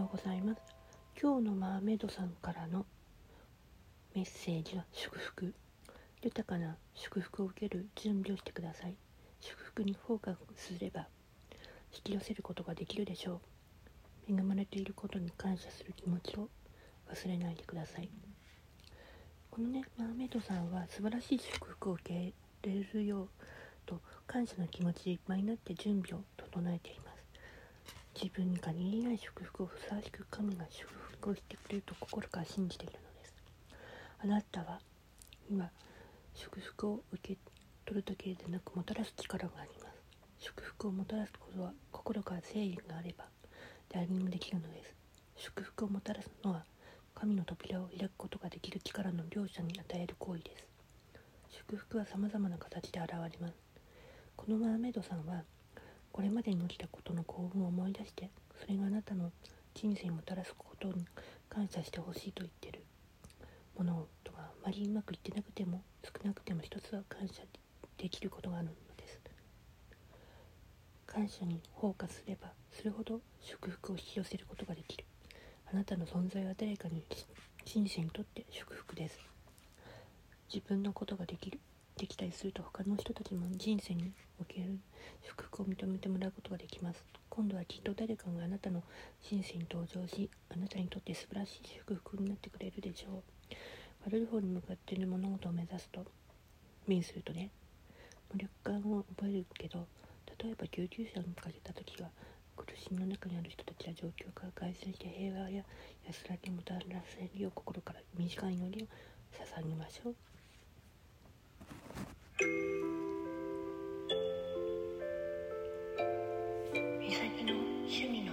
うございます。今日のマーメイドさんからのメッセージは祝福。豊かな祝福を受ける準備をしてください。祝福にフォーカスすれば引き寄せることができるでしょう。恵まれていることに感謝する気持ちを忘れないでください。このマーメイドさんは素晴らしい祝福を受けれるようと感謝の気持ちでいっぱいになって準備を整えています。自分に限りない祝福をふさわしく神が祝福をしてくれると心から信じているのです。あなたは今祝福を受け取るだけでなくもたらす力があります。祝福をもたらすことは心から誠意があれば誰にもできるのです。祝福をもたらすのは神の扉を開くことができる力の両者に与える行為です。祝福は様々な形で現れます。このマーメイドさんはこれまでに起きたことの幸運を思い出して、それがあなたの人生にもたらすことに感謝してほしいと言っている。物事があまりうまくいってなくても少なくても一つは感謝できることがあるのです。感謝にフォーカスすればするほど祝福を引き寄せることができる。あなたの存在は誰かに人生にとって祝福です。自分のことができたりすると他の人たちも人生における祝福を認めてもらうことができます。今度はきっと誰かがあなたの人生に登場し、あなたにとって素晴らしい祝福になってくれるでしょう。悪い方に向かっている物事を目指すと目にすると無力感を覚えるけど、例えば救急車にかけた時は苦しみの中にある人たちや状況から改善して平和や安らぎをもたらせるよう心から短い祈りを捧げましょう。美咲の趣味